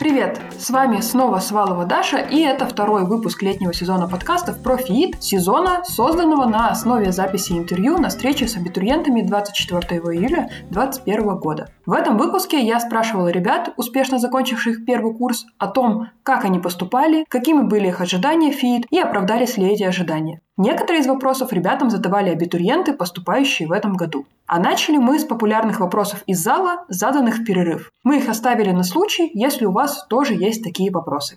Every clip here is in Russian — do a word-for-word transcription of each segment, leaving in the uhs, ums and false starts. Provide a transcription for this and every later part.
Привет! С вами снова Свалова Даша, и это второй выпуск летнего сезона подкастов про ФИИТ, сезона, созданного на основе записи интервью на встрече с абитуриентами двадцать четвёртого июля две тысячи двадцать первого года. В этом выпуске я спрашивала ребят, успешно закончивших первый курс, о том, как они поступали, какими были их ожидания в ФИИТ и оправдались ли эти ожидания. Некоторые из вопросов ребятам задавали абитуриенты, поступающие в этом году. А начали мы с популярных вопросов из зала, заданных в перерыв. Мы их оставили на случай, если у вас тоже есть такие вопросы.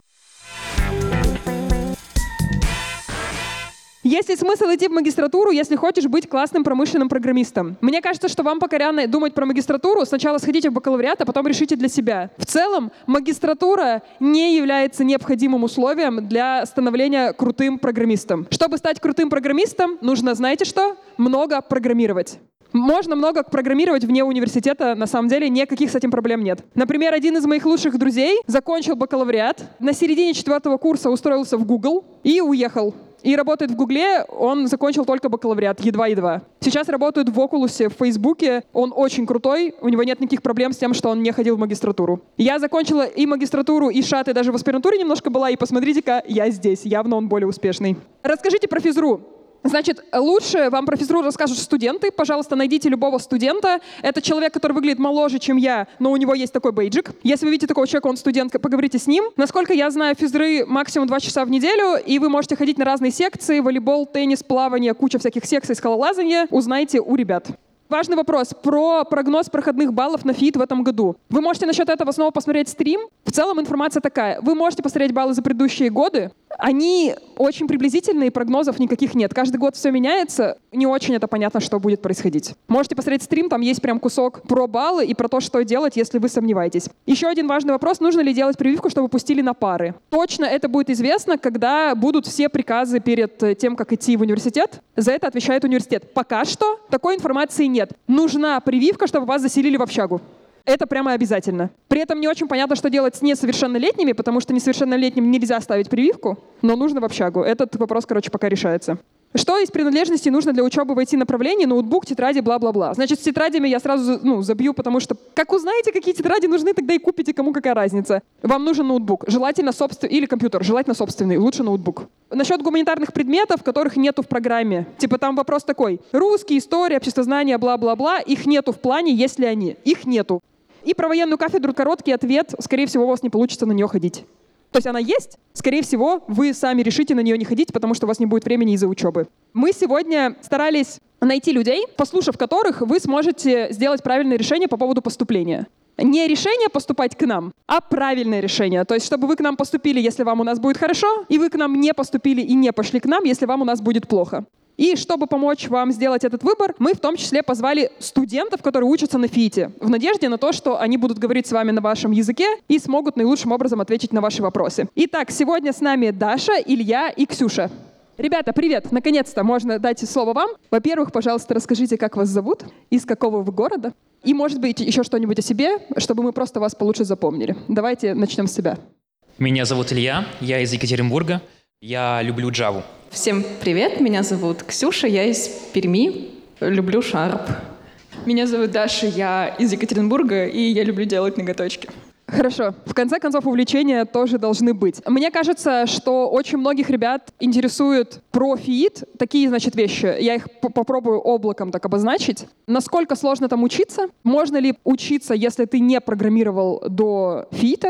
Есть ли смысл идти в магистратуру, если хочешь быть классным промышленным программистом? Мне кажется, что вам пока рано думать про магистратуру. Сначала сходите в бакалавриат, а потом решите для себя. В целом, магистратура не является необходимым условием для становления крутым программистом. Чтобы стать крутым программистом, нужно, знаете что? Много программировать. Можно много программировать вне университета, на самом деле никаких с этим проблем нет. Например, один из моих лучших друзей закончил бакалавриат, на середине четвертого курса устроился в Google и уехал. И работает в Гугле, он закончил только бакалавриат, едва-едва. Сейчас работает в Окулусе, в Фейсбуке, он очень крутой, у него нет никаких проблем с тем, что он не ходил в магистратуру. Я закончила и магистратуру, и шат, и даже в аспирантуре немножко была, и посмотрите-ка, я здесь, явно он более успешный. Расскажите про физру. Значит, лучше вам про физру расскажут студенты. Пожалуйста, найдите любого студента. Это человек, который выглядит моложе, чем я, но у него есть такой бейджик. Если вы видите такого человека, он студент, поговорите с ним. Насколько я знаю, физры максимум два часа в неделю, и вы можете ходить на разные секции: волейбол, теннис, плавание, куча всяких секций, скалолазания. Узнайте у ребят. Важный вопрос про прогноз проходных баллов на ФИИТ в этом году. Вы можете насчет этого снова посмотреть стрим. В целом информация такая. Вы можете посмотреть баллы за предыдущие годы. Они очень приблизительные, прогнозов никаких нет. Каждый год все меняется. Не очень это понятно, что будет происходить. Можете посмотреть стрим, там есть прям кусок про баллы и про то, что делать, если вы сомневаетесь. Еще один важный вопрос. Нужно ли делать прививку, чтобы пустили на пары? Точно это будет известно, когда будут все приказы перед тем, как идти в университет. За это отвечает университет. Пока что такой информации нет. Нужна прививка, чтобы вас заселили в общагу. Это прямо обязательно. При этом не очень понятно, что делать с несовершеннолетними, потому что несовершеннолетним нельзя ставить прививку, но нужно в общагу. Этот вопрос, короче, пока решается. Что из принадлежностей нужно для учебы в ай ти-направлении? Ноутбук, тетради, бла-бла-бла. Значит, с тетрадями я сразу ну, забью, потому что как узнаете, какие тетради нужны, тогда и купите, кому какая разница. Вам нужен ноутбук, желательно собственный, или компьютер, желательно собственный, лучше ноутбук. Насчет гуманитарных предметов, которых нету в программе. Типа там вопрос такой: русский, история, обществознание, бла-бла-бла. Их нету в плане, есть ли они. Их нету. И про военную кафедру короткий ответ: скорее всего, у вас не получится на нее ходить. То есть она есть, скорее всего, вы сами решите на нее не ходить, потому что у вас не будет времени из-за учебы. Мы сегодня старались найти людей, послушав которых вы сможете сделать правильное решение по поводу поступления. Не решение поступать к нам, а правильное решение. То есть чтобы вы к нам поступили, если вам у нас будет хорошо, и вы к нам не поступили и не пошли к нам, если вам у нас будет плохо. И чтобы помочь вам сделать этот выбор, мы в том числе позвали студентов, которые учатся на ФИИТе, в надежде на то, что они будут говорить с вами на вашем языке и смогут наилучшим образом ответить на ваши вопросы. Итак, сегодня с нами Даша, Илья и Ксюша. Ребята, привет! Наконец-то можно дать слово вам. Во-первых, пожалуйста, расскажите, как вас зовут, из какого вы города, и, может быть, еще что-нибудь о себе, чтобы мы просто вас получше запомнили. Давайте начнем с себя. Меня зовут Илья, я из Екатеринбурга, я люблю Java. Всем привет, меня зовут Ксюша, я из Перми, люблю Sharp. Меня зовут Даша, я из Екатеринбурга, и я люблю делать ноготочки. Хорошо. В конце концов, увлечения тоже должны быть. Мне кажется, что очень многих ребят интересует про ФИИТ такие, значит, вещи. Я их попробую облаком так обозначить. Насколько сложно там учиться? Можно ли учиться, если ты не программировал до ФИИТа?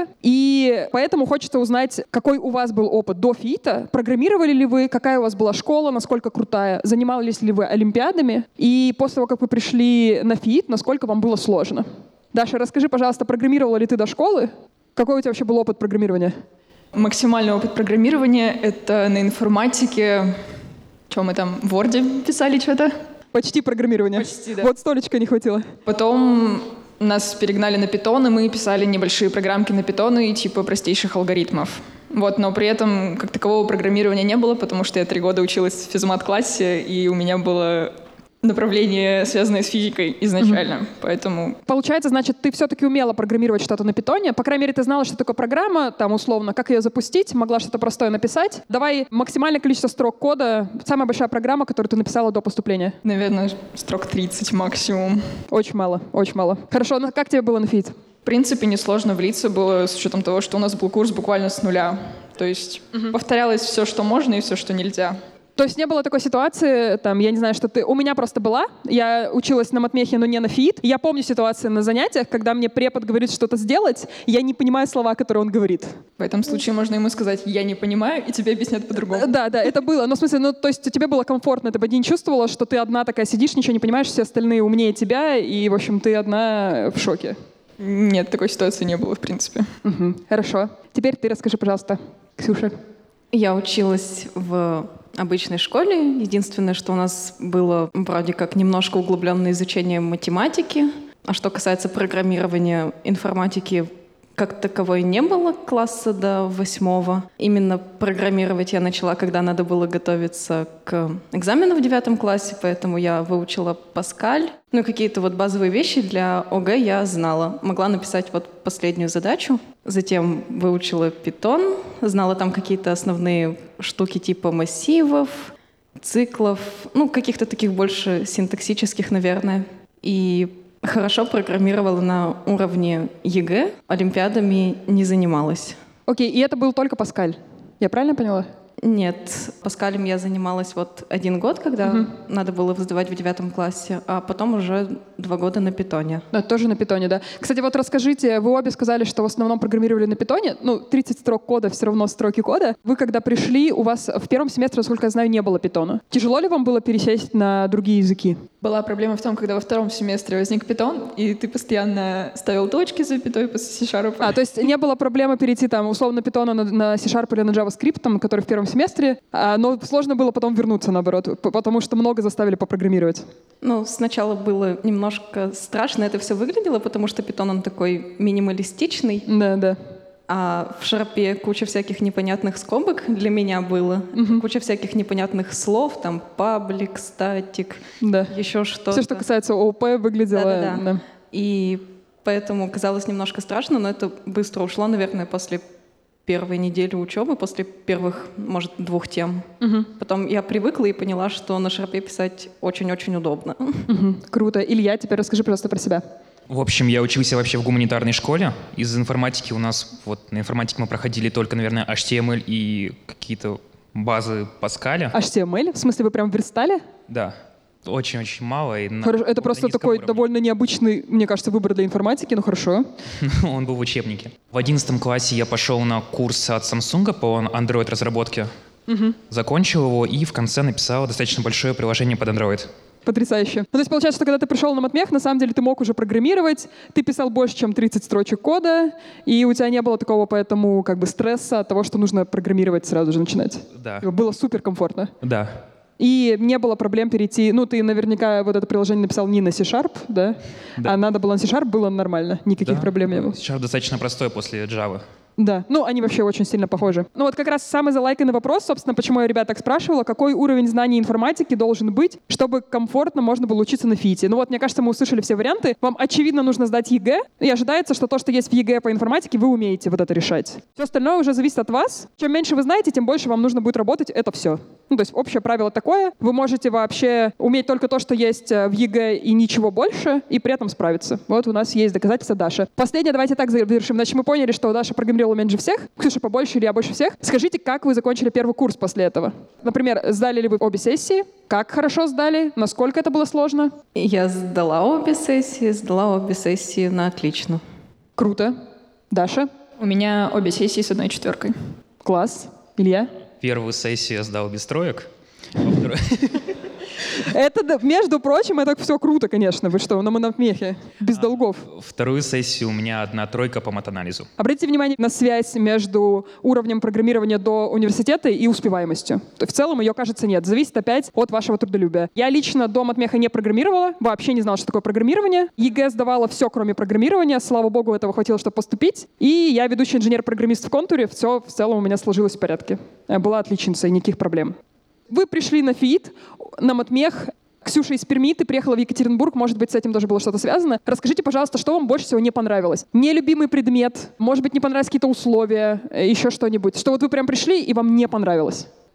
И поэтому хочется узнать, какой у вас был опыт до ФИИТа. Программировали ли вы? Какая у вас была школа? Насколько крутая? Занимались ли вы олимпиадами? И после того, как вы пришли на ФИИТ, насколько вам было сложно? Даша, расскажи, пожалуйста, программировала ли ты до школы? Какой у тебя вообще был опыт программирования? Максимальный опыт программирования — это на информатике. Что мы там, в Word писали что-то? Почти программирование. Почти, да. Вот столечка не хватило. Потом нас перегнали на Python, и мы писали небольшие программки на Python и типа простейших алгоритмов. Вот, но при этом как такового программирования не было, потому что я три года училась в физмат-классе, и у меня было направление, связанное с физикой изначально, mm-hmm. поэтому... Получается, значит, ты все-таки умела программировать что-то на питоне, по крайней мере, ты знала, что такое программа, там, условно, как ее запустить, могла что-то простое написать. Давай максимальное количество строк кода, самая большая программа, которую ты написала до поступления. Наверное, строк тридцать максимум. Очень мало, очень мало. Хорошо, ну как тебе было на ФИИТ? принципе, несложно влиться было с учетом того, что у нас был курс буквально с нуля. То есть угу. повторялось все, что можно, и все, что нельзя. То есть не было такой ситуации, там, я не знаю, что ты... У меня просто была, я училась на матмехе, но не на ФИИТ. Я помню ситуации на занятиях, когда мне препод говорит что-то сделать, и я не понимаю слова, которые он говорит. В этом случае можно ему сказать «я не понимаю», и тебе объяснят по-другому. Да, да, это было. Ну, в смысле, ну, то есть тебе было комфортно, ты бы не чувствовала, что ты одна такая сидишь, ничего не понимаешь, все остальные умнее тебя, и, в общем, ты одна в шоке. Нет, такой ситуации не было, в принципе. Угу. Хорошо. Теперь ты расскажи, пожалуйста, Ксюша. Я училась в обычной школе. Единственное, что у нас было вроде как немножко углубленное изучение математики. А что касается программирования, информатики как таковой не было класса до восьмого. Именно программировать я начала, когда надо было готовиться к экзамену в девятом классе, поэтому я выучила Паскаль. Ну и какие-то вот базовые вещи для ОГЭ я знала. Могла написать вот последнюю задачу. Затем выучила Python, знала там какие-то основные штуки типа массивов, циклов, ну каких-то таких больше синтаксических, наверное. И хорошо программировала на уровне ЕГЭ, олимпиадами не занималась. Окей, и это был только Паскаль. Я правильно поняла? Нет, Паскалем я занималась вот один год, когда угу. надо было сдавать в девятом классе, а потом уже два года на питоне. Да, тоже на питоне, да. Кстати, вот расскажите, вы обе сказали, что в основном программировали на питоне. Ну, тридцать строк кода все равно строки кода. Вы когда пришли, у вас в первом семестре, насколько я знаю, не было питона. Тяжело ли вам было пересесть на другие языки? Была проблема в том, когда во втором семестре возник питон, и ты постоянно ставил точки за запятой после C-Sharp. А, то есть не было проблемы перейти там условно питона на, на C-Sharp или на JavaScript, там, который в первом семестре, а, но сложно было потом вернуться, наоборот, потому что много заставили попрограммировать. Ну, сначала было немножко страшно это все выглядело, потому что питон, он такой минималистичный. Да, да. А в шарпе куча всяких непонятных скобок для меня было, угу. куча всяких непонятных слов, там паблик, статик, да. еще что-то. Все, что касается ООП, выглядело... Да-да-да. Да. И поэтому казалось немножко страшно, но это быстро ушло, наверное, после первой недели учебы, после первых, может, двух тем. Угу. Потом я привыкла и поняла, что на шарпе писать очень-очень удобно. Угу. Круто. Илья, теперь расскажи, пожалуйста, про себя. В общем, я учился вообще в гуманитарной школе. Из информатики у нас, вот на информатике мы проходили только, наверное, эйч ти эм эль и какие-то базы Паскаля. эйч ти эм эль? В смысле, вы прям верстали? Да. Очень-очень мало. И хорошо, на, это просто такой уровне. Довольно необычный, мне кажется, выбор для информатики, но хорошо. Он был в учебнике. В одиннадцатом классе я пошел на курс от Samsung по Android-разработке. Угу. Закончил его и в конце написал достаточно большое приложение под Android. Потрясающе. Ну, то есть получается, что когда ты пришел на матмех, на самом деле ты мог уже программировать, ты писал больше, чем тридцать строчек кода, и у тебя не было такого поэтому как бы стресса от того, что нужно программировать сразу же начинать. Да. Было супер комфортно. Да. И не было проблем перейти... Ну, ты наверняка вот это приложение написал не на C-Sharp, да? Да. А надо было на C-Sharp, было нормально. Никаких да. проблем не было. C-Sharp достаточно простой после Java. Да, ну они вообще очень сильно похожи. Ну вот как раз самый залайканный вопрос, собственно, почему я ребят так спрашивала, какой уровень знаний информатики должен быть, чтобы комфортно можно было учиться на ФИИТе. Ну вот, мне кажется, мы услышали все варианты. Вам, очевидно, нужно сдать ЕГЭ, и ожидается, что то, что есть в ЕГЭ по информатике, вы умеете вот это решать. Все остальное уже зависит от вас. Чем меньше вы знаете, тем больше вам нужно будет работать. Это все. Ну, то есть общее правило такое. Вы можете вообще уметь только то, что есть в ЕГЭ, и ничего больше, и при этом справиться. Вот у нас есть доказательства Даша. Последнее давайте так завершим. Значит, мы поняли, что Даша программировала меньше всех, Ксюша побольше или я больше всех. Скажите, как вы закончили первый курс после этого? Например, сдали ли вы обе сессии? Как хорошо сдали? Насколько это было сложно? Я сдала обе сессии, сдала обе сессии на отлично. Круто. Даша? У меня обе сессии с одной четверкой. Класс. Илья? Первую сессию я сдал без троек. Это, между прочим, это все круто, конечно. Вы что, на матмехе, без долгов. Вторую сессию у меня одна тройка по матанализу. Обратите внимание на связь между уровнем программирования до университета и успеваемостью. В целом ее, кажется, нет. Зависит опять от вашего трудолюбия. Я лично до матмеха не программировала, вообще не знала, что такое программирование. ЕГЭ сдавала все, кроме программирования. Слава богу, этого хватило, чтобы поступить. И я ведущий инженер-программист в контуре. Все в целом у меня сложилось в порядке. Была отличницей, никаких проблем. Вы пришли на ФИИТ, на матмех. Ксюша из Перми, ты приехала в Екатеринбург, может быть, с этим тоже было что-то связано. Расскажите, пожалуйста, что вам больше всего не понравилось? Нелюбимый предмет, может быть, не понравились какие-то условия, еще что-нибудь. Что вот вы прям пришли, и вам не понравилось?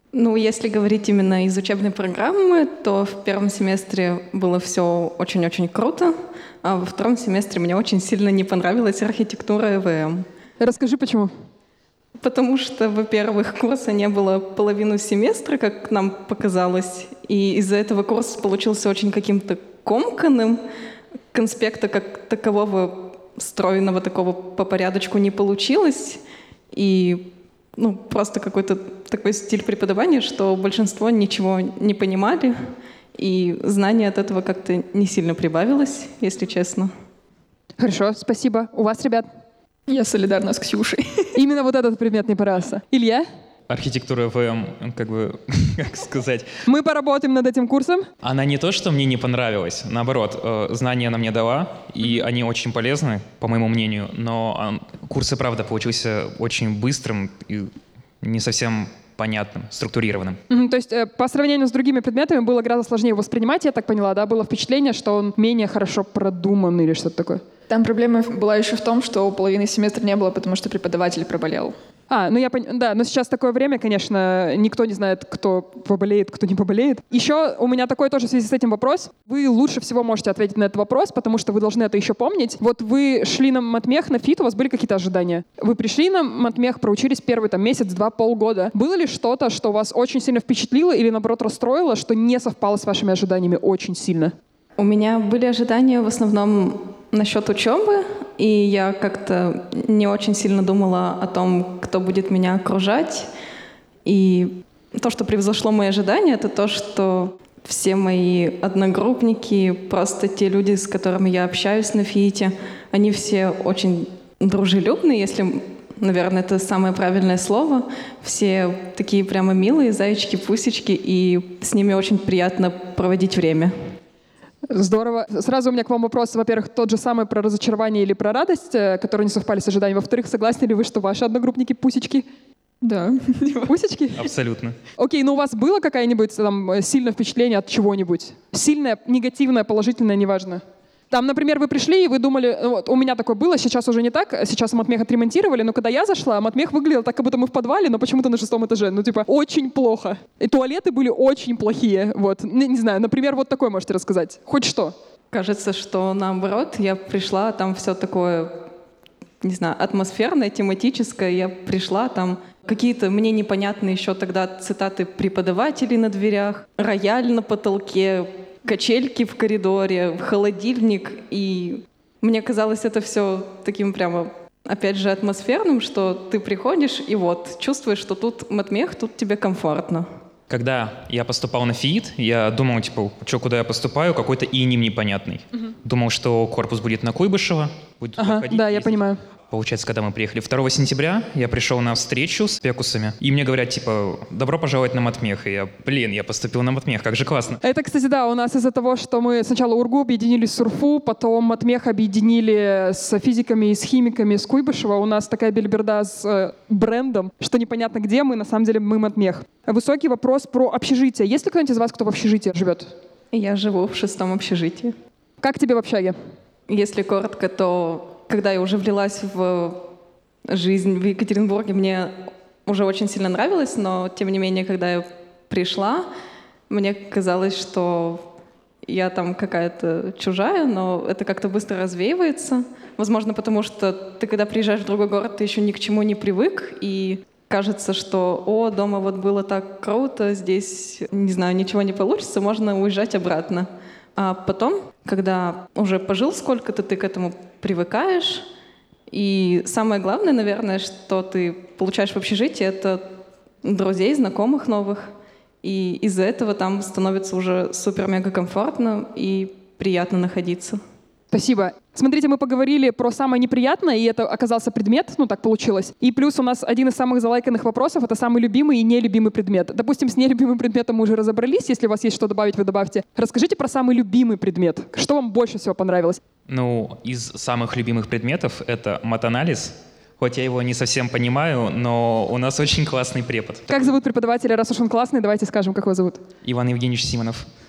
Ну, если говорить именно из учебной программы, то в первом семестре было все очень-очень круто, а во втором семестре мне очень сильно не понравилась архитектура ЭВМ. Расскажи, почему. Потому что, во-первых, курса не было половину семестра, как нам показалось, и из-за этого курс получился очень каким-то комканным. Конспекта как такового, стройного такого по порядочку не получилось, и ну, просто какой-то такой стиль преподавания, что большинство ничего не понимали, и знания от этого как-то не сильно прибавилось, если честно. Хорошо, спасибо. У вас, ребят? Я солидарна с Ксюшей. Именно вот этот предмет не понравился. Илья? Архитектура ВМ, как бы, как сказать, Мы поработаем над этим курсом. она не то, что мне не понравилась, наоборот, э, знания она мне дала, и они очень полезны, по моему мнению, но э, курс и правда получился очень быстрым и не совсем понятным, структурированным. Мгм, то есть э, по сравнению с другими предметами было гораздо сложнее его воспринимать, я так поняла, да? Было впечатление, что он менее хорошо продуман или что-то такое. Там проблема была еще в том, что половины семестра не было, потому что преподаватель проболел. А, ну я поняла, да, но сейчас такое время, конечно, никто не знает, кто поболеет, кто не поболеет. Еще у меня такой тоже в связи с этим вопрос. Вы лучше всего можете ответить на этот вопрос, потому что вы должны это еще помнить. Вот вы шли на матмех, на фит, у вас были какие-то ожидания? Вы пришли на матмех, проучились первый там месяц, два, полгода. Было ли что-то, что вас очень сильно впечатлило или, наоборот, расстроило, что не совпало с вашими ожиданиями очень сильно? У меня были ожидания в основном насчет учебы, и я как-то не очень сильно думала о том, кто будет меня окружать. И то, что превзошло мои ожидания, это то, что все мои одногруппники, просто те люди, с которыми я общаюсь на ФИИТе, они все очень дружелюбные, если, наверное, это самое правильное слово. Все такие прямо милые, зайчики, пусечки, и с ними очень приятно проводить время. Здорово. Сразу у меня к вам вопрос. Во-первых, тот же самый про разочарование или про радость, э, которые не совпали с ожиданиями. Во-вторых, согласны ли вы, что ваши одногруппники пусечки? Да. Пусечки? Абсолютно. Окей, ну у вас было какое-нибудь там сильное впечатление от чего-нибудь? Сильное, негативное, положительное, неважно. Там, например, вы пришли, и вы думали, вот, у меня такое было, сейчас уже не так, сейчас матмех отремонтировали, но когда я зашла, матмех выглядел так, как будто мы в подвале, но почему-то на шестом этаже. Ну, типа, очень плохо. И туалеты были очень плохие. Вот. Не, не знаю, например, вот такое можете рассказать. Хоть что. Кажется, что наоборот, я пришла, а там все такое, не знаю, атмосферное, тематическое. Я пришла, там какие-то мне непонятные еще тогда цитаты преподавателей на дверях, рояль на потолке, качельки в коридоре, холодильник. И мне казалось это все таким прямо, опять же, атмосферным, что ты приходишь и вот чувствуешь, что тут матмех, тут тебе комфортно. Когда я поступал на ФИИТ, я думал, типа, что, куда я поступаю, какой-то иним непонятный. Угу. Думал, что корпус будет на Куйбышева. Будет туда ага, ходить, да, ездить. я понимаю. Получается, когда мы приехали второго сентября, я пришел на встречу с пекусами, и мне говорят, типа, добро пожаловать на матмех. И я, блин, я поступил на матмех, как же классно. Это, кстати, да, у нас из-за того, что мы сначала УрГУ объединили с УрФУ, потом матмех объединили с физиками и с химиками с Куйбышева, у нас такая бельберда с э, брендом, что непонятно где мы, на самом деле мы матмех. Высокий вопрос про общежитие. Есть ли кто-нибудь из вас, кто в общежитии живет? Я живу в шестом общежитии. Как тебе в общаге? Если коротко, то когда я уже влилась в жизнь в Екатеринбурге, мне уже очень сильно нравилось, но тем не менее, когда я пришла, мне казалось, что я там какая-то чужая, но это как-то быстро развеивается. Возможно, потому что ты, когда приезжаешь в другой город, ты еще ни к чему не привык, и кажется, что «О, дома вот было так круто, здесь, не знаю, ничего не получится, можно уезжать обратно». А потом, когда уже пожил сколько-то, ты к этому привыкаешь. И самое главное, наверное, что ты получаешь в общежитии, это друзей, знакомых новых. И из-за этого там становится уже супер-мега комфортно и приятно находиться. Спасибо. Смотрите, мы поговорили про самое неприятное, и это оказался предмет, ну так получилось. И плюс у нас один из самых залайканных вопросов — это самый любимый и нелюбимый предмет. Допустим, с нелюбимым предметом мы уже разобрались, если у вас есть что добавить, вы добавьте. Расскажите про самый любимый предмет. Что вам больше всего понравилось? Ну, из самых любимых предметов это матанализ. Хоть я его не совсем понимаю, но у нас очень классный препод. Как зовут преподавателя? Раз уж он классный, давайте скажем, как его зовут. Иван Евгеньевич Симонов.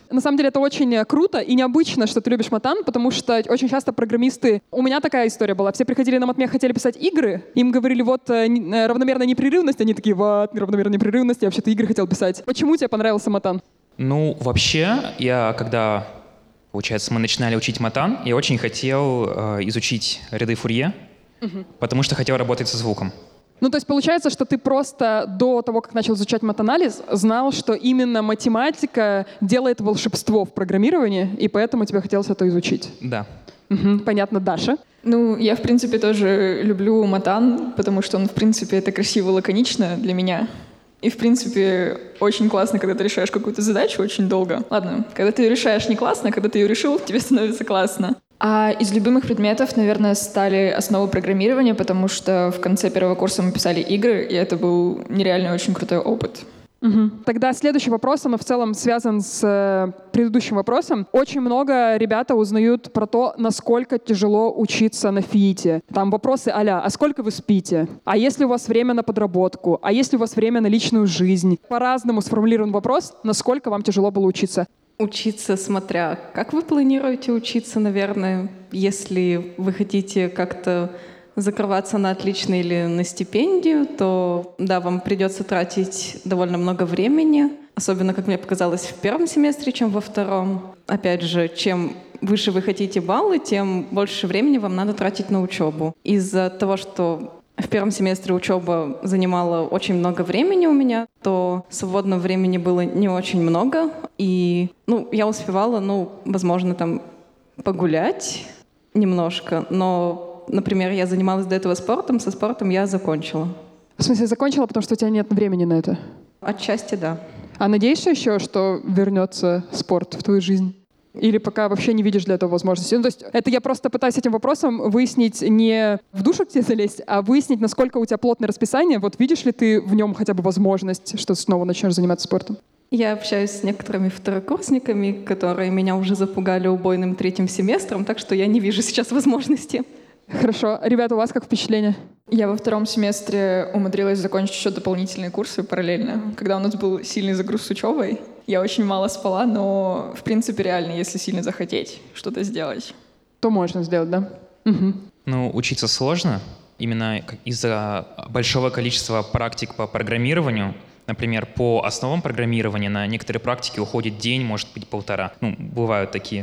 На самом деле это очень круто и необычно, что ты любишь матан, потому что очень часто программисты... У меня такая история была. Все приходили на матмех, хотели писать игры, им говорили, вот равномерная непрерывность, они такие, вот, равномерная непрерывность, я вообще-то игры хотел писать. Почему тебе понравился матан? Ну, вообще, я когда, получается, мы начинали учить матан, я очень хотел э, изучить ряды Фурье, угу. потому что хотел работать со звуком. Ну, то есть получается, что ты просто до того, как начал изучать матанализ, знал, что именно математика делает волшебство в программировании, и поэтому тебе хотелось это изучить. Да. Угу, понятно. Даша? Ну, я, в принципе, тоже люблю матан, потому что он, в принципе, это красиво, лаконично для меня. И, в принципе, очень классно, когда ты решаешь какую-то задачу очень долго. Ладно, когда ты ее решаешь не классно, а когда ты ее решил, тебе становится классно. А из любимых предметов, наверное, стали основы программирования, потому что в конце первого курса мы писали игры, и это был нереально очень крутой опыт. Угу. Тогда следующий вопрос, он в целом связан с э, предыдущим вопросом. Очень много ребята узнают про то, насколько тяжело учиться на ФИИТе. Там вопросы а-ля, а сколько вы спите? А есть ли у вас время на подработку? А есть ли у вас время на личную жизнь? По-разному сформулирован вопрос, насколько вам тяжело было учиться. Учиться, смотря как вы планируете учиться, наверное, если вы хотите как-то закрываться на отлично или на стипендию, то да, вам придется тратить довольно много времени, особенно, как мне показалось, в первом семестре, чем во втором. Опять же, чем выше вы хотите баллы, тем больше времени вам надо тратить на учебу. Из-за того, что в первом семестре учеба занимала очень много времени у меня, то свободного времени было не очень много. И ну, я успевала, ну, возможно, там погулять немножко, но, например, я занималась до этого спортом, со спортом я закончила. В смысле, закончила, потому что у тебя нет времени на это? Отчасти, да. А надеешься еще, что вернется спорт в твою жизнь? Или пока вообще не видишь для этого возможности? Ну, то есть это я просто пытаюсь этим вопросом выяснить не в душу к тебе залезть, а выяснить, насколько у тебя плотное расписание. Вот видишь ли ты в нем хотя бы возможность, что ты снова начнешь заниматься спортом? Я общаюсь с некоторыми второкурсниками, которые меня уже запугали убойным третьим семестром, так что я не вижу сейчас возможности. Хорошо. Ребята, у вас как впечатление? Я во втором семестре умудрилась закончить еще дополнительные курсы параллельно. Когда у нас был сильный загруз с учебой, я очень мало спала, но, в принципе, реально, если сильно захотеть что-то сделать. То можно сделать, да? Угу. Ну, учиться сложно. Именно из-за большого количества практик по программированию. Например, по основам программирования на некоторые практики уходит день, может быть, полтора. Ну, бывают такие.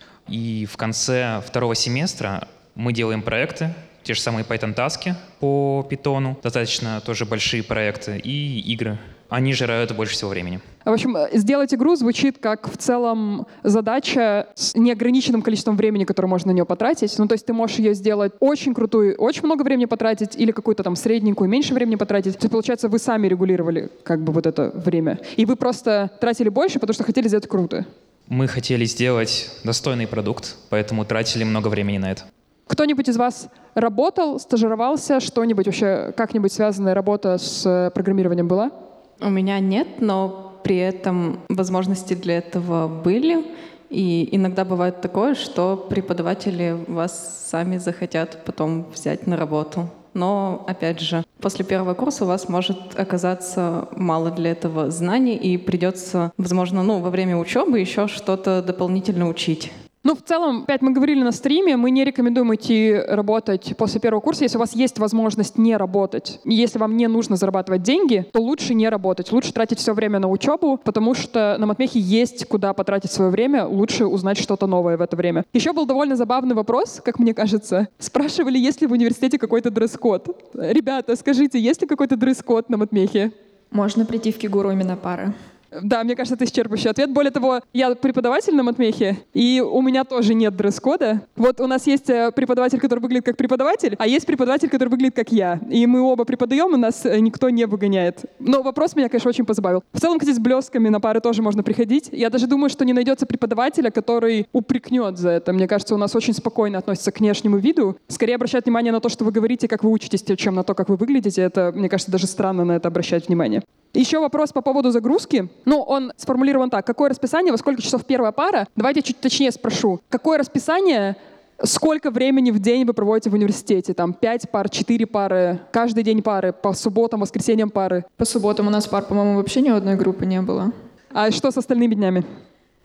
И в конце второго семестра мы делаем проекты, те же самые Python-таски по питону, достаточно тоже большие проекты, и игры. Они жирают больше всего времени. В общем, сделать игру звучит как в целом задача с неограниченным количеством времени, которое можно на нее потратить. Ну, то есть ты можешь ее сделать очень крутую, очень много времени потратить, или какую-то там средненькую, меньше времени потратить. То есть, получается, вы сами регулировали как бы вот это время. И вы просто тратили больше, потому что хотели сделать круто. Мы хотели сделать достойный продукт, поэтому тратили много времени на это. Кто-нибудь из вас работал, стажировался, что-нибудь вообще, как-нибудь связанная работа с программированием была? У меня нет, но при этом возможности для этого были. И иногда бывает такое, что преподаватели вас сами захотят потом взять на работу. Но, опять же, после первого курса у вас может оказаться мало для этого знаний, и придется, возможно, ну, во время учебы еще что-то дополнительно учить. Ну, в целом, опять мы говорили на стриме, мы не рекомендуем идти работать после первого курса, если у вас есть возможность не работать. И если вам не нужно зарабатывать деньги, то лучше не работать. Лучше тратить все время на учебу, потому что на матмехе есть куда потратить свое время, лучше узнать что-то новое в это время. Еще был довольно забавный вопрос, как мне кажется. Спрашивали, есть ли в университете какой-то дресс-код. Ребята, скажите, есть ли какой-то дресс-код на матмехе? Можно прийти в Кигуру на пары. Да, мне кажется, это исчерпывающий ответ. Более того, я преподаватель на матмехе, и у меня тоже нет дресс-кода. Вот у нас есть преподаватель, который выглядит как преподаватель, а есть преподаватель, который выглядит как я. И мы оба преподаем, и нас никто не выгоняет. Но вопрос меня, конечно, очень позабавил. В целом, кстати, с блестками на пары тоже можно приходить. Я даже думаю, что не найдется преподавателя, который упрекнет за это. Мне кажется, у нас очень спокойно относятся к внешнему виду. Скорее обращают внимание на то, что вы говорите, как вы учитесь, чем на то, как вы выглядите. Это, мне кажется, даже странно на это обращать внимание. Еще вопрос по поводу загрузки. Ну, он сформулирован так. Какое расписание, во сколько часов первая пара? Давайте чуть точнее спрошу. Какое расписание, сколько времени в день вы проводите в университете? Там пять пар, четыре пары, каждый день пары, по субботам, воскресеньям пары? По субботам у нас пар, по-моему, вообще ни одной группы не было. А что с остальными днями?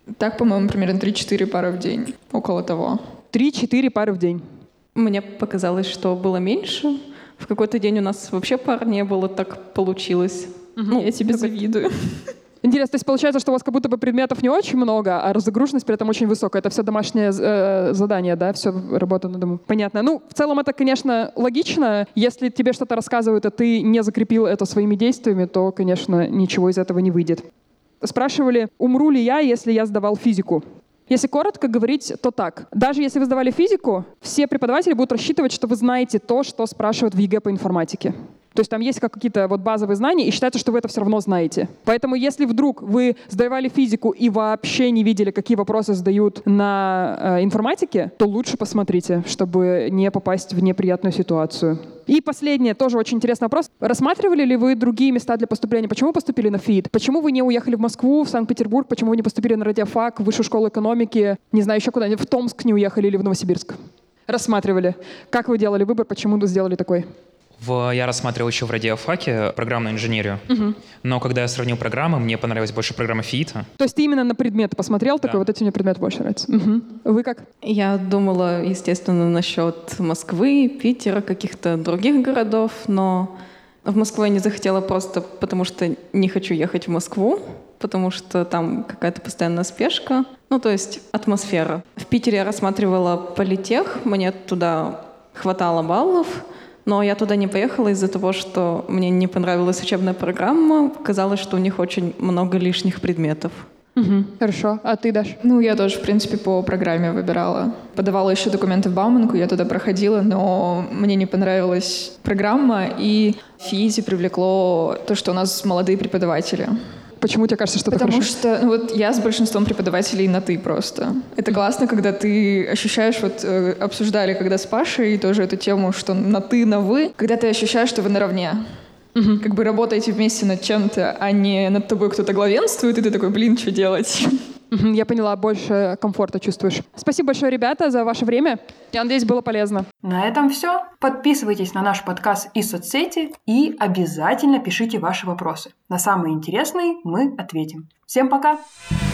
Так, по-моему, примерно три-четыре пары в день. Около того. Три-четыре пары в день. Мне показалось, что было меньше. В какой-то день у нас вообще пар не было, так получилось. Ну, я тебе завидую. Интересно, то есть получается, что у вас как будто бы предметов не очень много, а разгруженность при этом очень высокая. Это все домашнее э, задание, да, все работа на дому. Понятно. Ну, в целом это, конечно, логично. Если тебе что-то рассказывают, а ты не закрепил это своими действиями, то, конечно, ничего из этого не выйдет. Спрашивали, умру ли я, если я сдавал физику? Если коротко говорить, то так. Даже если вы сдавали физику, все преподаватели будут рассчитывать, что вы знаете то, что спрашивают в ЕГЭ по информатике. То есть там есть как какие-то вот базовые знания, и считается, что вы это все равно знаете. Поэтому если вдруг вы сдавали физику и вообще не видели, какие вопросы задают на э, информатике, то лучше посмотрите, чтобы не попасть в неприятную ситуацию. И последнее, тоже очень интересный вопрос. Рассматривали ли вы другие места для поступления? Почему поступили на ФИИТ? Почему вы не уехали в Москву, в Санкт-Петербург? Почему вы не поступили на радиофак, в Высшую школу экономики? Не знаю, еще куда-нибудь, в Томск не уехали или в Новосибирск? Рассматривали. Как вы делали выбор? Почему вы сделали такой? В, я рассматривал еще в радиофаке программную инженерию, угу. Но когда я сравнил программы, мне понравилась больше программа ФИИТа. То есть ты именно на предметы посмотрел, да. Такой вот эти мне предметы больше нравятся. Угу. Вы как? Я думала, естественно, насчет Москвы, Питера, каких-то других городов, но в Москву я не захотела просто потому, что не хочу ехать в Москву, потому что там какая-то постоянная спешка, ну то есть атмосфера. В Питере я рассматривала политех, мне туда хватало баллов, но я туда не поехала из-за того, что мне не понравилась учебная программа. Казалось, что у них очень много лишних предметов. Угу. Хорошо. А ты, Даш? Ну, я тоже, в принципе, по программе выбирала. Подавала еще документы в Бауманку, я туда проходила, но мне не понравилась программа, и в ФИИТе привлекло то, что у нас молодые преподаватели. Почему тебе кажется, что это Потому хорошо? что ну, вот я с большинством преподавателей на «ты» просто. Это классно, когда ты ощущаешь, вот э, обсуждали когда с Пашей тоже эту тему, что на «ты», на «вы», когда ты ощущаешь, что вы наравне. Угу. Как бы работаете вместе над чем-то, а не над тобой кто-то главенствует, и ты такой, блин, что делать? Угу, я поняла, больше комфорта чувствуешь. Спасибо большое, ребята, за ваше время. Я надеюсь, было полезно. На этом все. Подписывайтесь на наш подкаст и соцсети и обязательно пишите ваши вопросы. На самые интересные мы ответим. Всем пока!